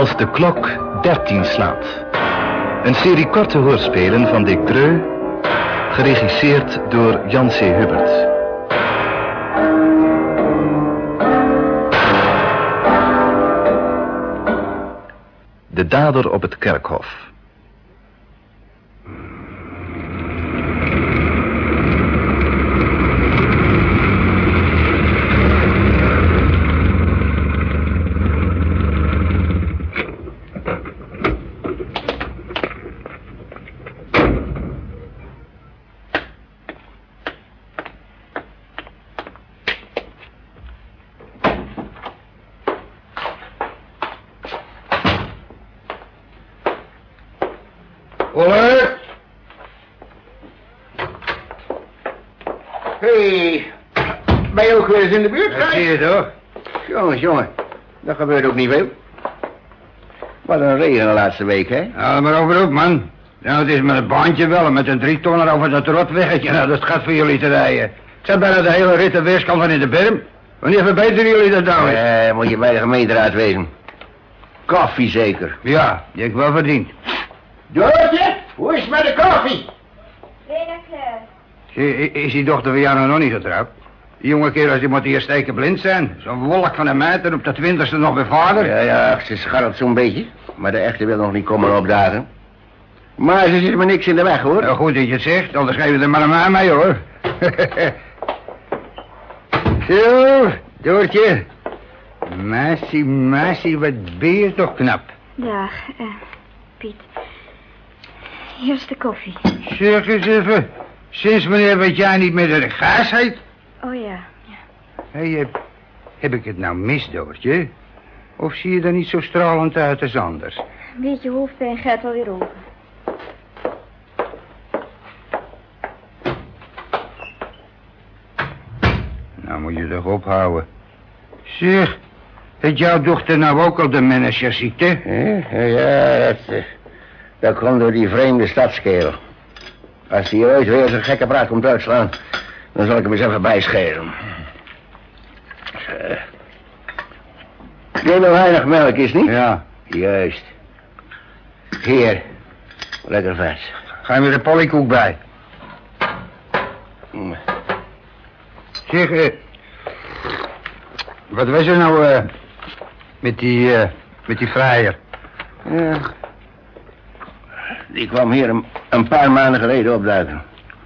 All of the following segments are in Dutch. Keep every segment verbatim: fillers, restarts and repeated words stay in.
Als de klok dertien slaat. Een serie korte hoorspelen van Dick Dreu, geregisseerd door Jan C. Hubert. De dader op het kerkhof. Olle! Hey, ben je ook weer eens in de buurt? Dat zie je toch? Jongens, jongen, dat gebeurt ook niet veel. Wat een regen de laatste week, hè? Ja, maar over op, man. Ja, het is met een baantje wel, en met een drietonner over dat rotweggetje. Nou, dat gaat voor jullie te rijden. Het zijn bijna de hele rit de weerskant van in de berm. Wanneer verbeteren jullie dat nou? Eh, moet je bij de gemeenteraad wezen. Koffie zeker. Ja, die heb ik wel verdiend. Doortje, hoe is het met de koffie? Bijna klaar. Zie, is die dochter van jou nog niet getrouwd? Die jonge kerels die moeten hier steken blind zijn. Zo'n wolk van een meid en op de twintigste nog bij vader. Ja, ja, ze scharrelt zo'n beetje. Maar de echte wil nog niet komen opdagen. Maar ze zit me niks in de weg, hoor. Nou, goed dat je het zegt, anders geef je er maar een mij mee, hoor. Zo, Doortje. Massie, Massie, wat ben je toch knap. Dag, uh, Piet. Hier is de koffie. Zeg eens even, sinds wanneer weet jij niet meer dat ik gaas heet? Oh ja, ja. Hé, hey, heb, heb ik het nou mis, Doortje? Of zie je er niet zo stralend uit als anders? Een beetje hoofdpijn gaat wel weer over. Nou moet je toch ophouden. Zeg, heeft jouw dochter nou ook al de managerziekte? Ja, ja, dat, uh, dat komt door die vreemde stadskerel. Als hij ooit weer zijn gekke praat komt uitslaan, dan zal ik hem eens even bijscheren. Uh, neem nog weinig melk, is niet? Ja. Juist. Hier, lekker vers. Ga je weer de pollykoek bij? Mm. Zeg, eh, wat was er nou eh, met die, eh, met die vrijer? Ja. Die kwam hier een, een paar maanden geleden opduiken.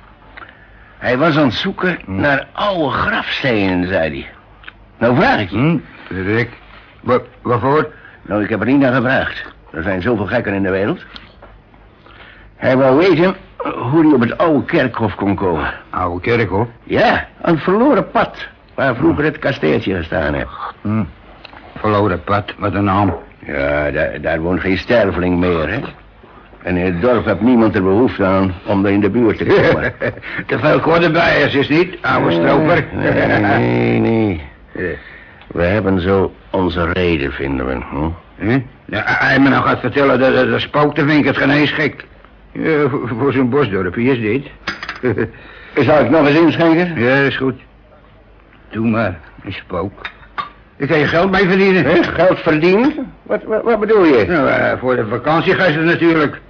Hij was aan het zoeken hm. naar oude grafstenen, zei hij. Nou vraag ik je. Hm, Rick, wat, waarvoor? Nou, ik heb er niet naar gevraagd. Er zijn zoveel gekken in de wereld. Hij wou weten hoe hij op het oude kerkhof kon komen. Oude kerkhof? Ja, een verloren pad. Waar vroeger het kasteeltje gestaan heeft. Hm. Verloren pad, wat een naam. Ja, daar, daar woont geen sterveling meer, hè. En in het dorp heeft niemand er behoefte aan om er in de buurt te komen. Te veel kordenbijers is niet, oude stroper. Nee, nee, nee. We hebben zo onze reden, vinden we. Hm? Huh? Ja, hij me nou gaat vertellen dat er spookte, vind ik het geen eens gek. Ja, voor, voor zo'n bosdorpje is dit. Zal ik nog eens inschenken? Ja, dat is goed. Doe maar, een spook. Ik kan je geld mee verdienen. He, geld verdienen? Wat, wat, wat bedoel je? Nou, uh, voor de vakantiegasten natuurlijk.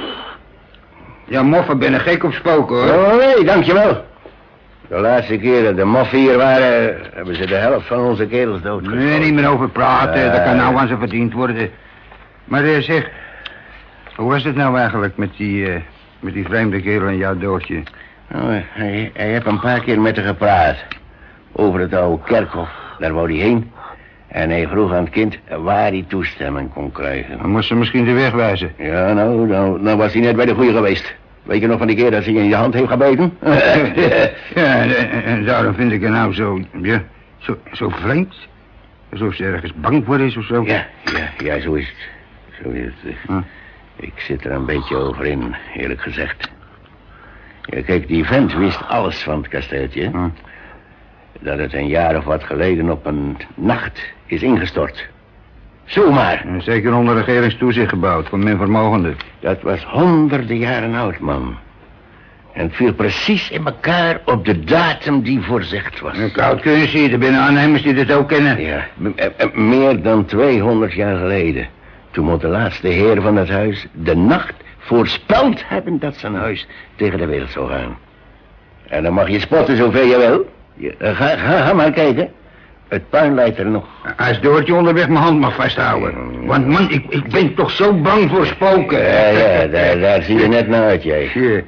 Ja, moffen ben een gek op spoken, hoor. Oh, nee, dankjewel. De laatste keer dat de moffen hier waren, hebben ze de helft van onze kerels doodgeschoten. Nee, niet meer over praten. Uh, dat kan nou aan ze verdiend worden. Maar uh, zeg, hoe was het nou eigenlijk met die, uh, met die vreemde kerel en jouw Doortje? Oh, hij, hij heeft een paar keer met haar gepraat. Over het oude kerkhof. Daar wou hij heen. En hij vroeg aan het kind waar hij toestemming kon krijgen. Dan moest ze misschien de weg wijzen. Ja, nou, nou, nou was hij net bij de goeie geweest. Weet je nog van die keer dat ze je in je hand heeft gebeten? Ja, en, en daarom vind ik er nou zo, ja, zo, zo vreemd. Alsof ze ergens bang voor is of zo. Ja, ja, ja, zo is het. Zo is het. Hm. Ik zit er een beetje over in, eerlijk gezegd. Ja, kijk, die vent wist alles van het kasteeltje. Hm. Dat het een jaar of wat geleden op een nacht is ingestort. Zomaar. En zeker onder regeringstoezicht gebouwd, voor min vermogenden. Dat was honderden jaren oud, man. En het viel precies in elkaar op de datum die voorzegd was. Een koud kun je zien, er binnen aannemers die dit ook kennen. Ja, meer dan tweehonderd jaar geleden. Toen moet de laatste heer van het huis de nacht voorspeld hebben dat zijn huis tegen de wereld zou gaan. En dan mag je spotten zoveel je wil. Je, uh, ga, ga, ga maar kijken. Het puin lijkt er nog. Als Doortje onderweg mijn hand mag vasthouden. Want man, ik, ik ben toch zo bang voor spoken. Ja, ja, daar, daar zie je net naar uit, jij. Ja.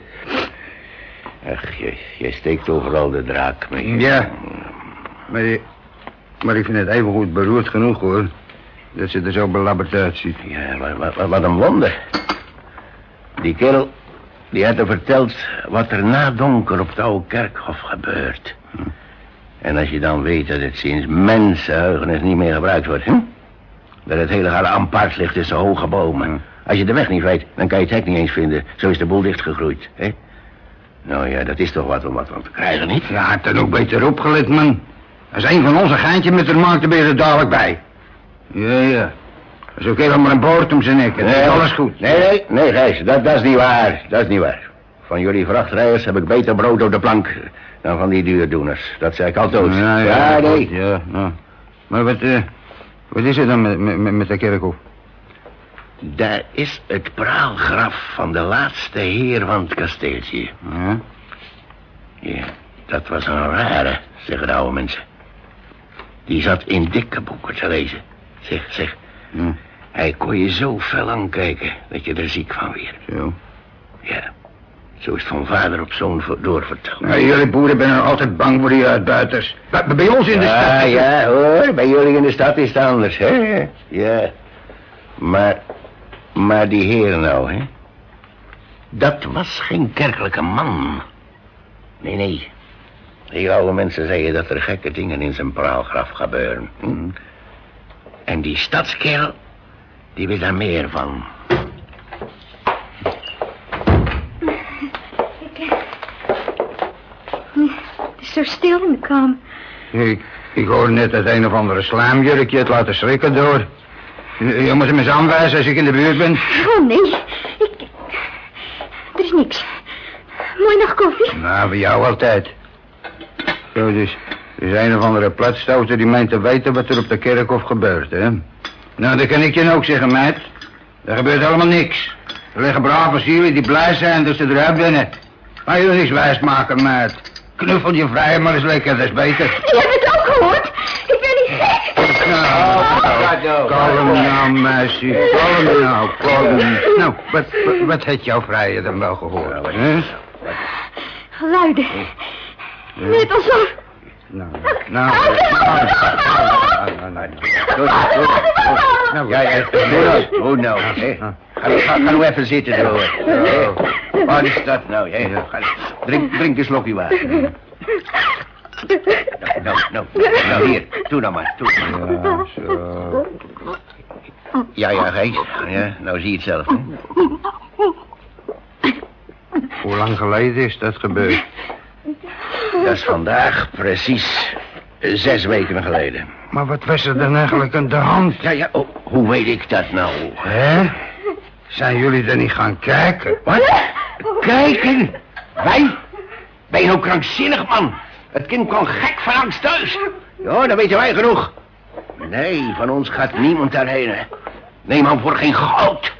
Ach, je, je steekt overal de draak mee. Ja. Maar, maar ik vind het even goed beroerd genoeg, hoor. Dat ze er zo belabberd uitziet. Ja, wat, wat, wat een wonder. Die kerel, die had er verteld wat er na donker op het oude kerkhof gebeurt. Hm. En als je dan weet dat het sinds mensenheugenis niet meer gebruikt wordt, hm? Dat het hele gare ambacht ligt tussen hoge bomen. Hm. Als je de weg niet weet, dan kan je het hek niet eens vinden. Zo is de boel dichtgegroeid, hè? Nou ja, dat is toch wat om wat van te krijgen, niet? Ja, had er ook beter opgelet, man. Als een van ons een geintje met de maakt, dan ben je er dadelijk bij. Ja, ja. Dat is ook helemaal maar een boord om zijn nek. Het nee, is alles goed. Nee, nee, nee, Gijs, dat, dat is niet waar. Dat is niet waar. Van jullie vrachtrijders heb ik beter brood op de plank dan van die duurdoeners. Dat zei ik altijd. Ja, ja, ja, ja nee. Ja, ja. Maar wat, uh, wat is er dan met, met, met de kerkhof? Daar is het praalgraf van de laatste heer van het kasteeltje. Ja? Ja, dat was een rare, zeggen de oude mensen. Die zat in dikke boeken te lezen. Zeg, zeg. Ja. Hij kon je zo fel aankijken dat je er ziek van werd. Zo. Ja, zo is het van vader op zoon doorverteld. Ja, jullie boeren zijn nog altijd bang voor die uitbuiters. Bij, bij ons in de ja, stad... Ja, hoor, bij jullie in de stad is het anders, hè? Ja. Maar, maar die heer nou, hè? Dat was geen kerkelijke man. Nee, nee. Die oude mensen zeiden dat er gekke dingen in zijn praalgraf gebeuren. Hm? En die stadskerel, die wist daar meer van. Het is zo stil in de kamer. Ik, ik hoor net dat een of andere slaamjurkje het laten schrikken door. Je, je moet hem eens aanwijzen als ik in de buurt ben. Oh, nee. Ik... Er is niks. Mooi nog koffie? Nou, bij jou altijd. Zo, dus... Er is een of andere platstouter die meent te weten wat er op de kerkhof gebeurt, hè? Nou, dat kan ik je ook zeggen, meid. Er gebeurt helemaal niks. Er liggen brave zielen die blij zijn dat ze eruit binnen. Maar je wil niks wijsmaken, meid. Knuffel je vrij, maar eens lekker, dat is beter. Je hebt het ook gehoord. Ik ben niet gek. Nou, kalm nou, meisje. Kalm nou, kalm. Nou, wat, wat, wat heeft jouw vrije dan wel gehoord, hè? Geluiden. Net alsof... Nou, nou, nou, nou, nou, nou, ja, ja, doe nou, doe nou, hè. Ga, ga, ga nou even zitten, door. Oh, wat is dat nou, hè? Ga, drink, drink een slokje water. Nou, nou, nou, nou, hier, doe nou maar, doe. Ja, zo. Ja, ja, Gijs, ja, nou zie je het zelf, hè. Hoe lang geleden is dat gebeurd? Dat is vandaag precies zes weken geleden. Maar wat was er dan eigenlijk aan de hand? Ja, ja, oh, hoe weet ik dat nou? Hè? Zijn jullie er niet gaan kijken? Wat? Kijken? Wij? Ben je nou krankzinnig, man? Het kind kwam gek van angst thuis. Ja, dat weten wij genoeg. Nee, van ons gaat niemand daarheen. Neem hem voor geen goud.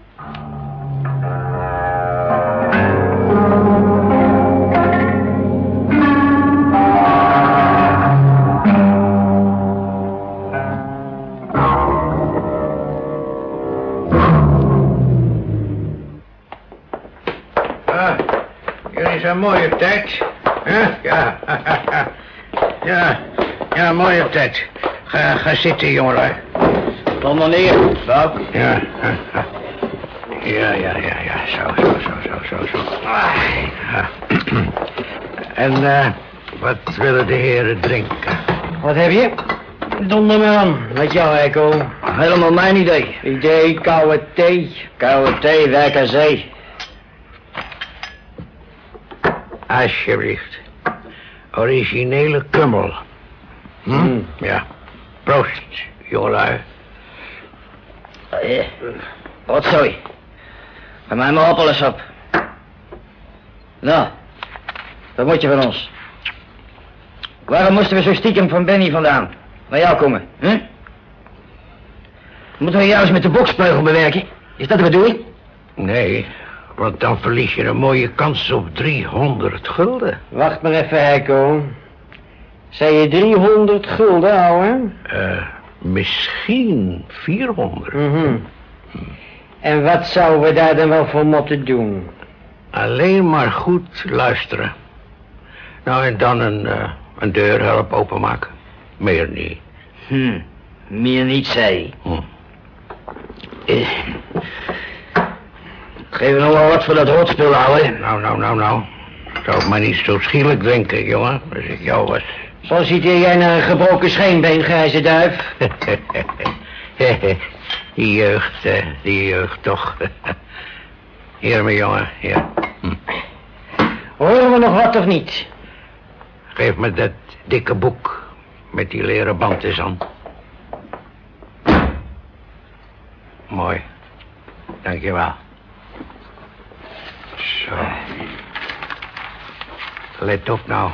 Een mooie tijd. Huh? Ja. ja. Ja, mooie tijd. Ga, ga zitten, jongen. Kom dan neer, stap. Ja. Ja, ja, ja, ja. Zo, zo, zo, zo, zo, zo. Ah, ja. En, uh, wat willen de heren drinken? Wat heb je? Donder me aan, met jou, Echo. Helemaal mijn idee. Idee, koude thee. Koude thee, werken zee. Alsjeblieft. Originele kummel. Hm? Mm. Ja. Proost, jongelui. Uh, wat sorry. Ga mij maar op alles op. Nou, wat moet je van ons? Waarom moesten we zo stiekem van Benny vandaan? Naar jou komen, hè? Moeten we jou eens met de boksbeugel bewerken? Is dat de bedoeling? Nee, want dan verlies je een mooie kans op driehonderd gulden. Wacht maar even, Heiko. Zei je driehonderd gulden, ouwe? Eh, misschien vierhonderd. Mm-hmm. En wat zouden we daar dan wel voor moeten doen? Alleen maar goed luisteren. Nou, en dan een, uh, een deur helpen openmaken. Meer niet. Hm, meer niet, zei Hm. eh. Geef nog wel wat voor dat rotspul, ouwe. Nou, nou, nou, nou. Zou ik maar niet zo schielijk denken, jongen. Als ik jou was. Zo ziet jij naar een gebroken scheenbeen, grijze duif. Die jeugd, hè. Die jeugd toch. Hier, mijn jongen, hier. Hm. Horen we nog wat of niet? Geef me dat dikke boek met die leren band eens aan. Mooi. Dankjewel. Zo. Let op nou.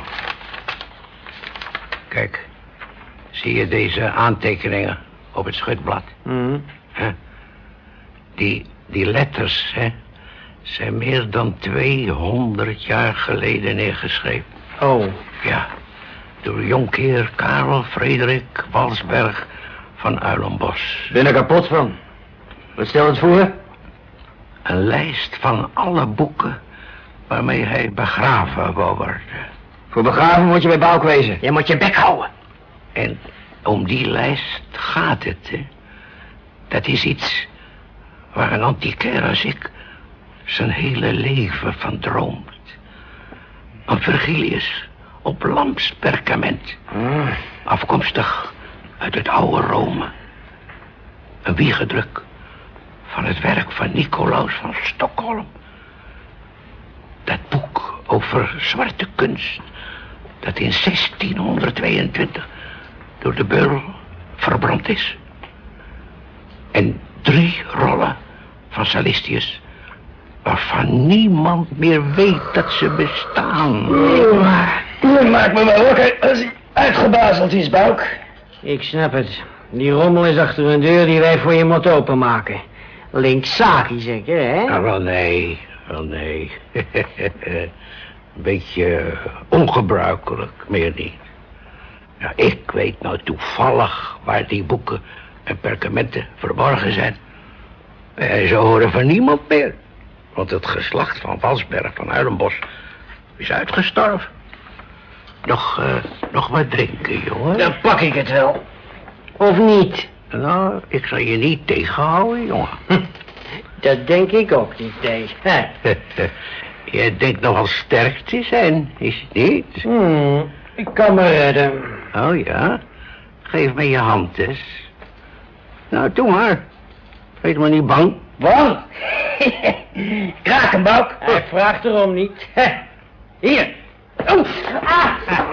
Kijk. Zie je deze aantekeningen op het schutblad? Mm. Huh? Die, die letters, hè, zijn meer dan tweehonderd jaar geleden neergeschreven. Oh. Ja, door jonkheer Karel Frederik Walsberg van Uilenbos. Ben er kapot van. Wat stelt het voor? Een lijst van alle boeken waarmee hij begraven wou worden. Voor begraven moet je bij Bouk wezen. Je moet je bek houden. En om die lijst gaat het, hè. Dat is iets waar een antiquair als ik zijn hele leven van droomt. Een Virgilius op lamsperkament. Ah. Afkomstig uit het oude Rome. Een wiegedruk van het werk van Nicolaus van Stockholm. Dat boek over zwarte kunst, dat in zestienhonderdtweeëntwintig door de beul verbrand is. En drie rollen van Salistius, waarvan niemand meer weet dat ze bestaan. Maak me maar wakker als hij uitgebazeld is, Bouk. Ik snap het. Die rommel is achter een deur die wij voor je moeten openmaken. Linksaki zeker, hè? Ah, wel nee, wel nee. Een beetje ongebruikelijk, meer niet. Ja, ik weet nou toevallig waar die boeken en perkamenten verborgen zijn. En ze horen van niemand meer. Want het geslacht van Walsberg van Uilenbos is uitgestorven. Nog, uh, nog wat drinken, jongen? Dan pak ik het wel. Of niet? Nou, ik zal je niet tegenhouden, jongen. Dat denk ik ook niet, nee. Jij denkt nogal sterk te zijn, is het niet? Hmm, ik kan me redden. Oh ja? Geef me je hand eens. Nou, doe maar. Wees maar niet bang. Bang? Kraak hem, Bouk. Hij vraagt erom niet. Hier. Oh. Ah.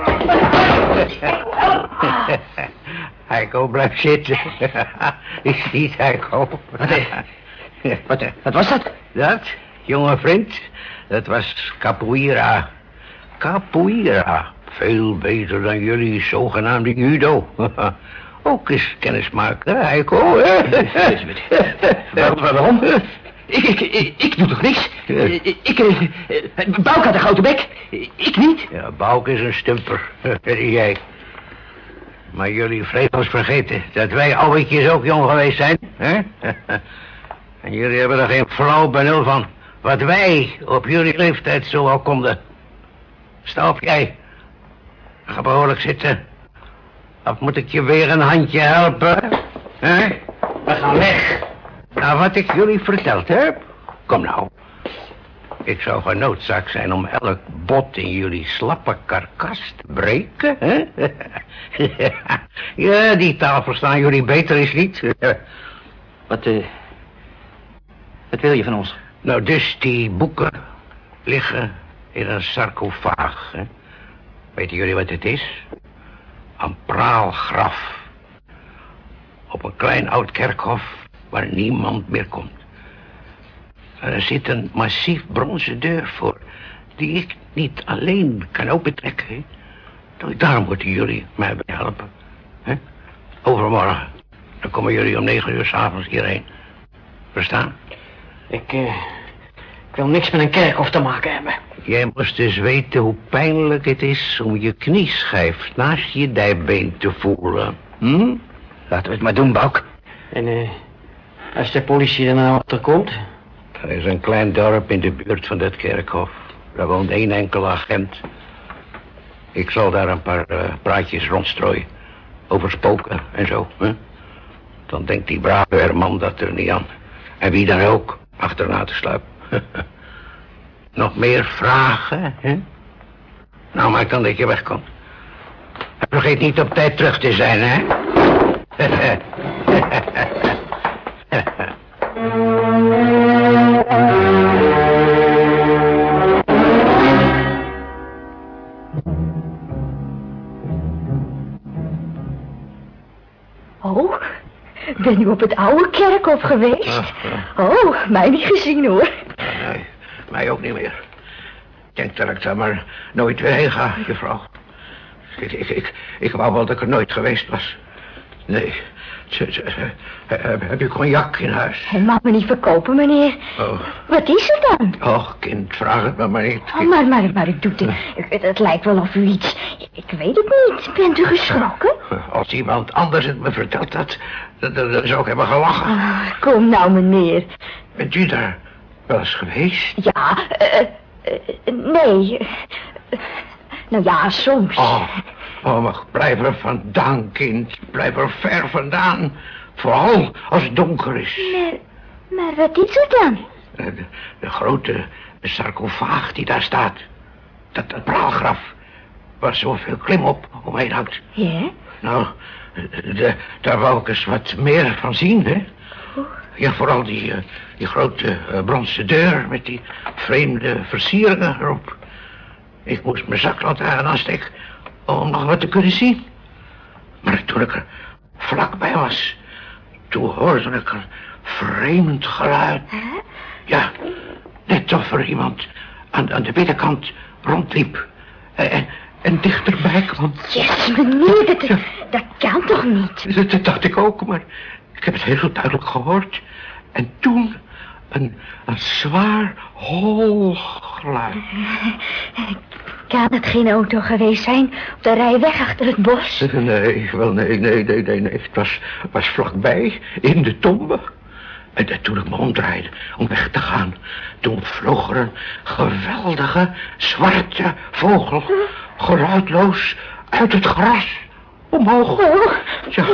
Heiko, blijf zitten. Is niet, Heiko. Wat, wat, wat was dat? Dat, jonge vriend, dat was capoeira. Capoeira. Veel beter dan jullie zogenaamde judo. Ook eens kennismaken, Heiko. Waarom? waarom? Ik, ik, ik, ik doe toch niks? Ik, ik, Bouk had een grote bek. Ik niet. Ja, Bouk is een stumper. Jij. Maar jullie vregels vergeten dat wij ouwetjes ook jong geweest zijn, hè? En jullie hebben er geen flauw benul van wat wij op jullie leeftijd zo al konden. Sta op jij. Ga behoorlijk zitten. Of moet ik je weer een handje helpen? Hè? We gaan weg. Nou, wat ik jullie verteld heb. Kom nou. Ik zou genoodzaakt zijn om elk bot in jullie slappe karkas te breken, hè? Ja, die taal verstaan jullie beter, is niet? Wat, uh, wat wil je van ons? Nou, dus die boeken liggen in een sarcofaag, hè? Weten jullie wat het is? Een praalgraf. Op een klein oud kerkhof waar niemand meer komt. Er zit een massief bronzen deur voor, die ik niet alleen kan opentrekken. Hè? Daarom moeten jullie mij bij helpen. Hè? Overmorgen, Dan komen jullie om negen uur 's avonds hierheen. Verstaan? Ik, uh, ik wil niks met een kerkhof te maken hebben. Jij moest dus weten hoe pijnlijk het is om je knieschijf naast je dijbeen te voelen. Hm? Laten we het maar doen, Bouk. En uh, als de politie er nou achter komt? Er is een klein dorp in de buurt van dat kerkhof. Daar woont één enkele agent. Ik zal daar een paar uh, praatjes rondstrooien. Over spoken en zo. Hè? Dan denkt die brave Herman dat er niet aan. En wie dan ook achterna te sluipen. Nog meer vragen, hè? Nou, maak dan dat je wegkomt. Vergeet niet op tijd terug te zijn, hè? Oh, ben u op het oude kerkhof geweest? Ah, ja. Oh, mij niet gezien hoor. Nee, mij ook niet meer. Ik denk dat ik daar maar nooit weer heen ga, juffrouw. Ik, ik, ik, ik wou wel dat ik er nooit geweest was. Nee. Ze, ze, ze, heb, heb u cognac in huis? Hij mag me niet verkopen, meneer. Oh. Wat is er dan? Och, kind, vraag het me maar niet. Oh, maar, maar, maar ik doe het. Het, het lijkt wel of u iets... Ik weet het niet. Bent u geschrokken? Als iemand anders het me vertelt had, dan, dan, dan zou ik hebben gelachen. Oh, kom nou, meneer. Bent u daar wel eens geweest? Ja, uh, uh, nee. Uh, nou ja, soms. Oh, oh, maar blijf er vandaan, kind. Blijf er ver vandaan. Vooral als het donker is. Maar, maar wat is er dan? De, de grote sarcofaag die daar staat. Dat, dat praalgraf. Waar zoveel klimop omheen hangt. Ja? Nou, de, daar wou ik eens wat meer van zien, hè. Ja, vooral die, uh, die grote uh, bronzen deur met die vreemde versieringen erop. Ik moest mijn zaklantaarn aansteken om nog wat te kunnen zien. Maar toen ik er vlakbij was, toen hoorde ik een vreemd geluid. Ja, net of er iemand aan, aan de binnenkant rondliep. En, en dichterbij kwam. Yes, meneer, dat, ja. dat kan toch niet? Dat, dat dacht ik ook, maar ik heb het heel duidelijk gehoord. En toen een, een zwaar, hol geluid. Kan het geen auto geweest zijn op de rijweg achter het bos? Nee, wel nee, nee, nee, nee, nee. Het was, was vlakbij, in de tombe. En, en toen ik me omdraaide om weg te gaan, toen vloog er een geweldige zwarte vogel, geluidloos, uit het gras, omhoog. Oh. Ja.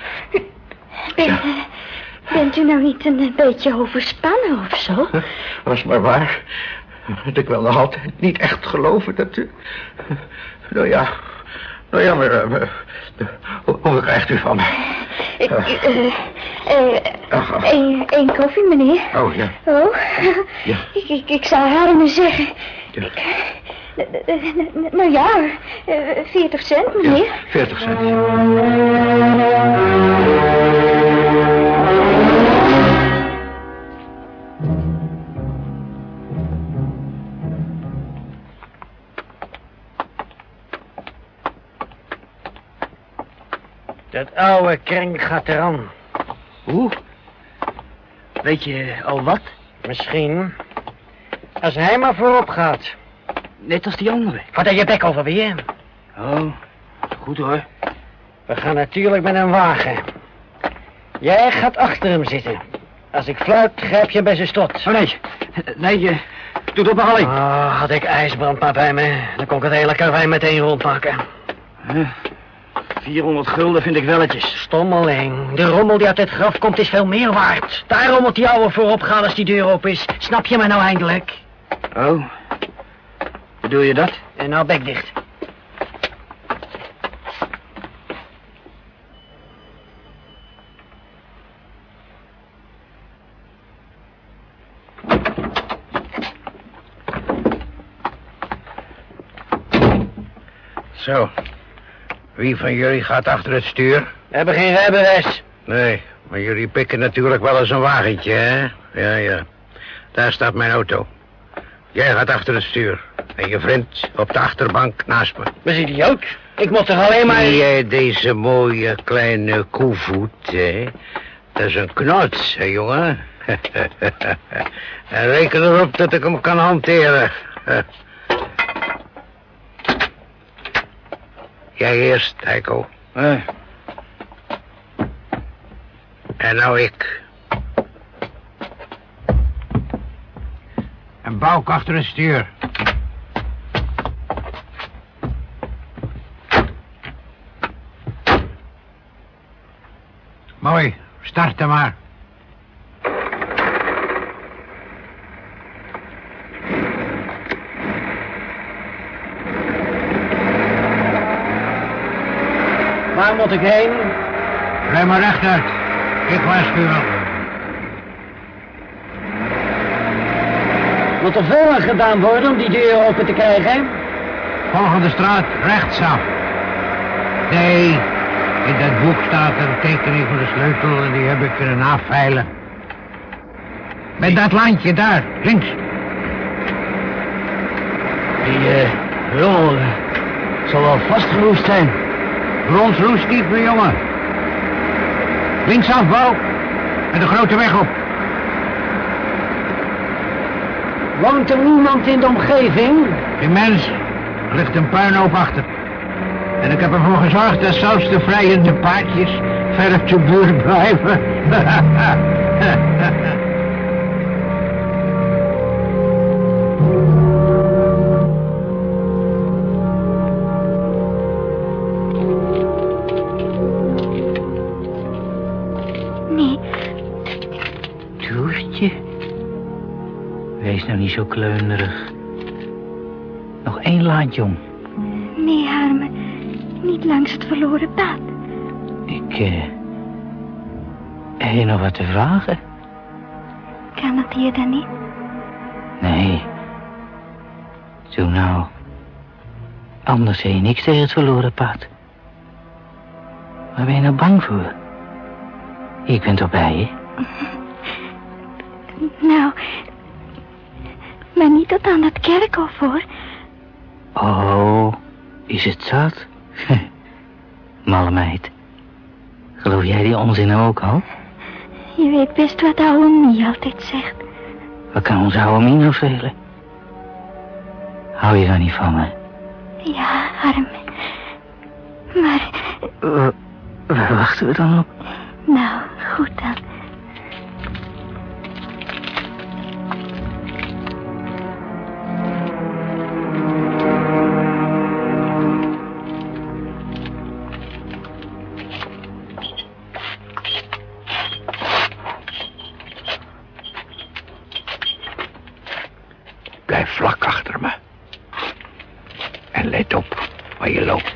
Ben, Ja. Bent u nou niet een beetje overspannen of zo? Was maar waar. Ik wil nog altijd niet echt geloven dat u... Nou ja, nou ja, maar... Uh, hoe krijgt u van me? Ik, uh, uh, een, een koffie, meneer. Oh, ja. Oh, Ja. ik, ik, ik zou haar nu zeggen. Ja. Ik, uh, nou ja, uh, veertig cent, meneer. Ja, veertig cent. Dat oude kring gaat eraan. Hoe? Weet je al wat? Misschien. Als hij maar voorop gaat. Net als die andere. Gaat hij je bek over weer? Oh, goed hoor. We gaan natuurlijk met een wagen. Jij gaat achter hem zitten. Als ik fluit, grijp je bij zijn stot. Oh nee, nee, je doet op behalling. Ah, had ik ijsbrand maar bij me. Dan kon ik het hele karwei meteen rondmaken. Huh? vierhonderd gulden vind ik welletjes. Stommeling. De rommel die uit het graf komt is veel meer waard. Daarom moet die ouwe voorop gaan als die deur open is. Snap je me nou eindelijk? Oh, bedoel je dat? En nou bek dicht. Zo. Wie van jullie gaat achter het stuur? We hebben geen rijbewijs. Nee, maar jullie pikken natuurlijk wel eens een wagentje, hè? Ja, ja. Daar staat mijn auto. Jij gaat achter het stuur. En je vriend op de achterbank naast me. We zijn idioot. Ik Ik moet toch alleen maar... Zie jij deze mooie kleine koevoet, hè? Dat is een knots, hè, jongen? En reken erop dat ik hem kan hanteren. Jij eerst, Heiko. Eh. En nou ik. En Bouk achter het stuur. Mooi, start hem maar. Waar moet ik heen? Rij maar rechtuit. Ik waarschuw wel. Moet er veel aan gedaan worden om die deur open te krijgen? Volgende straat, rechtsaf. Nee, in dat boek staat er een tekening van de sleutel en die heb ik kunnen afveilen. Met dat landje daar, links. Die, eh, jongen, zal wel vastgeroest zijn. Brons roest niet, mijn jongen. Linksaf, Bouw. En de grote weg op. Woont er niemand in de omgeving? Die mens, er ligt een puinhoop achter. En ik heb ervoor gezorgd dat zelfs de vrijende paardjes ver op de buurt blijven. Nee, Toertje. Wees nou niet zo kleunerig. Nog één laantje om. nee, Harme. Niet langs het verloren pad. Ik, eh... heb je nog wat te vragen? Kan het hier dan niet? Nee. Doe nou. Anders zeg je niks tegen het verloren pad. Waar ben je nou bang voor? Ik ben toch bij je? Nou, maar niet tot aan dat kerkhof, hoor. Oh, is het zat? Malle meid. Geloof jij die onzin ook al? Je weet best wat oude Mie altijd zegt. Wat kan onze oude Mie nou schelen? Hou je dan niet van me? Ja, Harme. Maar, Uh, waar wachten we dan op? nou, goed dan. Blijf vlak achter me. En let op waar je loopt.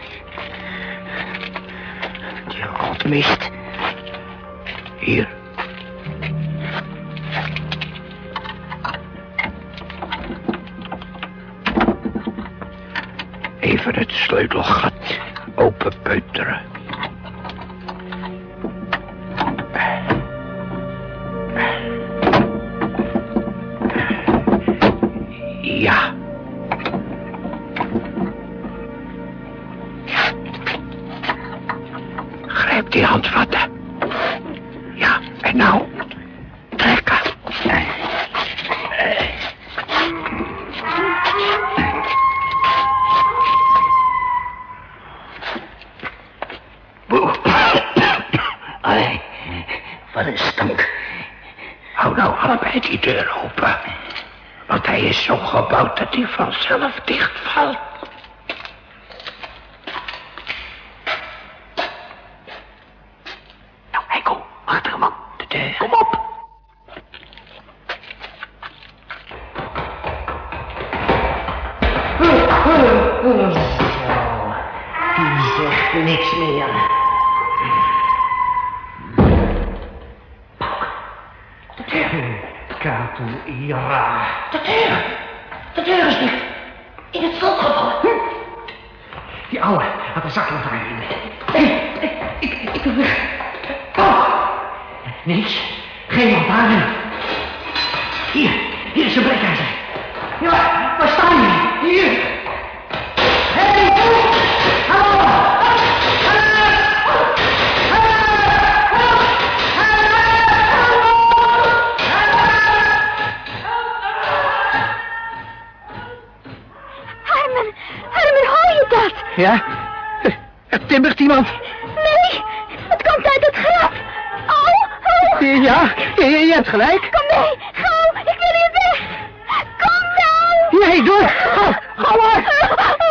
Die rotmist. Hier. Even het sleutelgat openpeuteren. Ja. Grijp die handvatten. Ja, en nou, trekken. Ai, wat een stank. Hou nou allebei die deur open. Want hij is zo gebouwd dat hij vanzelf dichtvalt. Nou, Heiko, achter hem aan de deur. Kom op. Die zegt niks meer. De deur. Capoeira. De deur. De deur is niet in het slot gevallen. Hm? Die ouwe had een zaklamp erin. Nee, ik, ik, ik wil weg. Oh. Niks. Geen lantaarn. Hier, hier is een breekijzer. Ja, waar sta je? Hier. Hé, hey, Ja? Er timmert iemand. Nee, het komt uit het graf. Au, au. Ja, je, je hebt gelijk. Kom mee, gauw, ik wil hier weg. Kom nou. Nee, door. Gauw, gauw maar.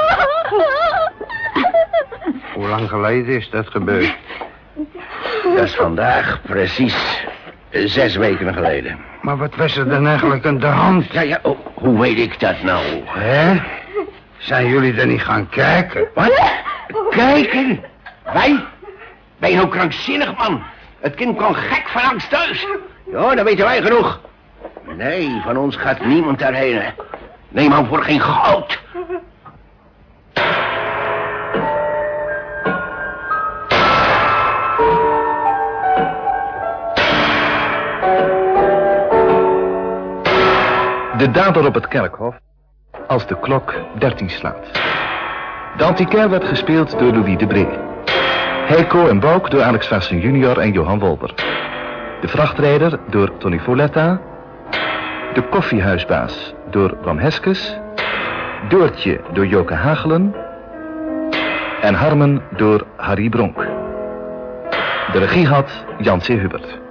Hoe lang geleden is dat gebeurd? Dat is vandaag precies zes weken geleden. Maar wat was er dan eigenlijk aan de hand? Ja, ja, oh, hoe weet ik dat nou? Hè? Zijn jullie er niet gaan kijken? Wat? Kijken? Wij? Ben je nou krankzinnig, man? Het kind kwam gek van angst thuis. Ja, dan weten wij genoeg. Nee, van ons gaat niemand daarheen, hè. Nee, man, voor geen goud. De dader op het kerkhof als de klok dertien slaat. De antiquaire werd gespeeld door Louis Debré. Heiko en Bouk door Alex Vassen junior en Johan Wolper. De vrachtrijder door Tony Folletta. De koffiehuisbaas door Bram Heskes. Doortje door Joke Hagelen. En Harmen door Harry Bronk. De regie had Jan C. Hubert.